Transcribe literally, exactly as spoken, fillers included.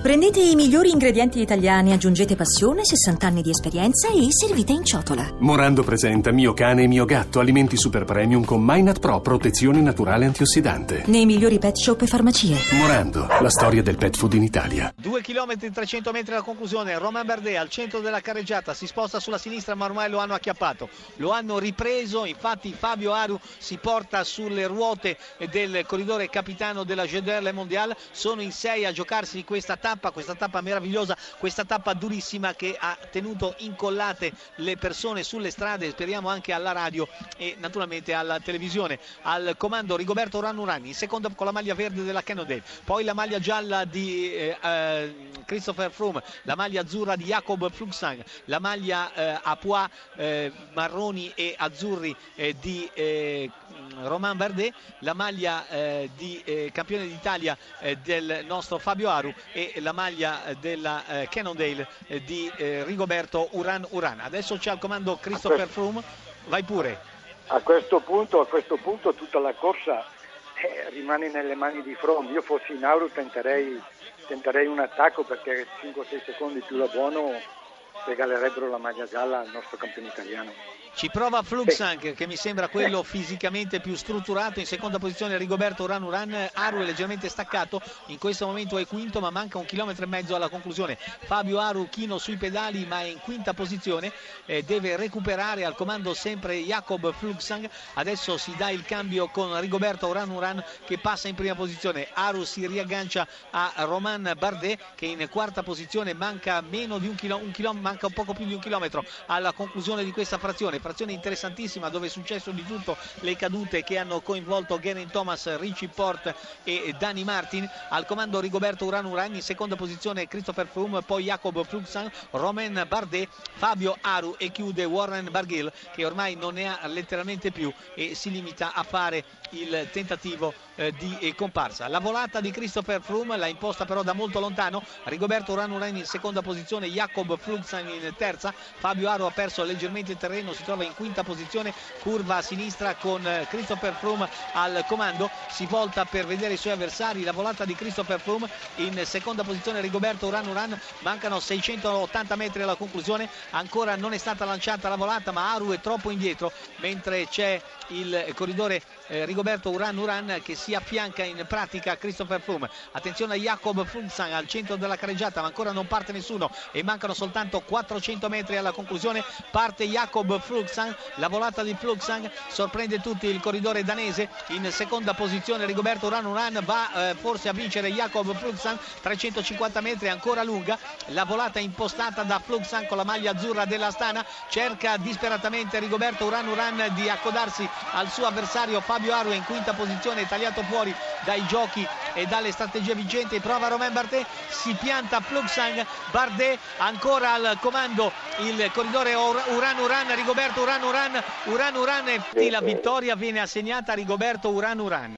Prendete i migliori ingredienti italiani, aggiungete passione, sessanta anni di esperienza e servite in ciotola. Morando presenta Mio cane e mio gatto, alimenti super premium con Mynat Pro, protezione naturale antiossidante. Nei migliori pet shop e farmacie. Morando, la storia del pet food in Italia. Due chilometri e trecento metri alla conclusione. Romain Bardet al centro della carreggiata, si sposta sulla sinistra ma ormai lo hanno acchiappato, lo hanno ripreso. Infatti Fabio Aru si porta sulle ruote del corridore capitano della G D R Le Mondial. Sono in sei a giocarsi questa tappa, questa tappa meravigliosa, questa tappa durissima che ha tenuto incollate le persone sulle strade, speriamo anche alla radio e naturalmente alla televisione. Al comando Rigoberto Urán Urán, in seconda con la maglia verde della Cannondale, poi la maglia gialla di eh, eh, Christopher Froome, la maglia azzurra di Jakob Fuglsang, la maglia eh, a pois eh, marroni e azzurri eh, di eh, Romain Bardet, la maglia eh, di eh, campione d'Italia eh, del nostro Fabio Aru e la maglia della eh, Cannondale eh, di eh, Rigoberto Urán Urán. Adesso c'è al comando Christopher Froome, vai pure. A questo punto, a questo punto tutta la corsa eh, rimane nelle mani di Froome. Io fossi in Aru tenterei, tenterei un attacco, perché cinque sei secondi più da buono regalerebbero la maglia gialla al nostro campione italiano. Ci prova Fuglsang, che mi sembra quello fisicamente più strutturato. In seconda posizione Rigoberto Urán Urán. Aru è leggermente staccato, in questo momento è quinto ma manca un chilometro e mezzo alla conclusione. Fabio Aru chino sui pedali ma è in quinta posizione, eh, deve recuperare. Al comando sempre Jakob Fuglsang. Adesso si dà il cambio con Rigoberto Urán Urán che passa in prima posizione. Aru si riaggancia a Romain Bardet che in quarta posizione, manca meno di un chilometro, un chilo, manca un poco più di un chilometro alla conclusione di questa frazione. Frazione interessantissima dove è successo di tutto, le cadute che hanno coinvolto Geraint Thomas, Richie Porte e Danny Martin. Al comando Rigoberto Urán Urán, in seconda posizione Christopher Froome, poi Jakob Fuglsang, Romain Bardet, Fabio Aru e chiude Warren Barguil che ormai non ne ha letteralmente più e si limita a fare il tentativo eh, di eh, comparsa. La volata di Christopher Froome l'ha imposta però da molto lontano. Rigoberto Urán Urán in seconda posizione, Jakob Fuglsang in terza. Fabio Aru ha perso leggermente il terreno, si trova in quinta posizione, curva a sinistra con Christopher Froome al comando, si volta per vedere i suoi avversari. La volata di Christopher Froome, in seconda posizione Rigoberto Urán Urán, mancano seicentottanta metri alla conclusione, ancora non è stata lanciata la volata ma Aru è troppo indietro, mentre c'è il corridore eh, Rigoberto Urán Urán che si affianca in pratica a Christopher Froome. Attenzione a Jakob Fuglsang al centro della carreggiata, ma ancora non parte nessuno e mancano soltanto quattrocento metri alla conclusione. Parte Jakob Fuglsang, la volata di Fuglsang sorprende tutti. Il corridore danese in seconda posizione Rigoberto Urán Urán va eh, forse a vincere Jakob Fuglsang, trecentocinquanta metri ancora lunga. La volata impostata da Fuglsang con la maglia azzurra dell'Astana, cerca disperatamente Rigoberto Urán Urán di accodarsi al suo avversario Fabio Aru, in quinta posizione, tagliato fuori dai giochi e dalle strategie vincenti. Prova Romain Bardet, si pianta Fuglsang, Bardet ancora al comando il corridore Urán Urán, Rigoberto Urán Urán, Urán Urán e la vittoria viene assegnata a Rigoberto Urán Urán.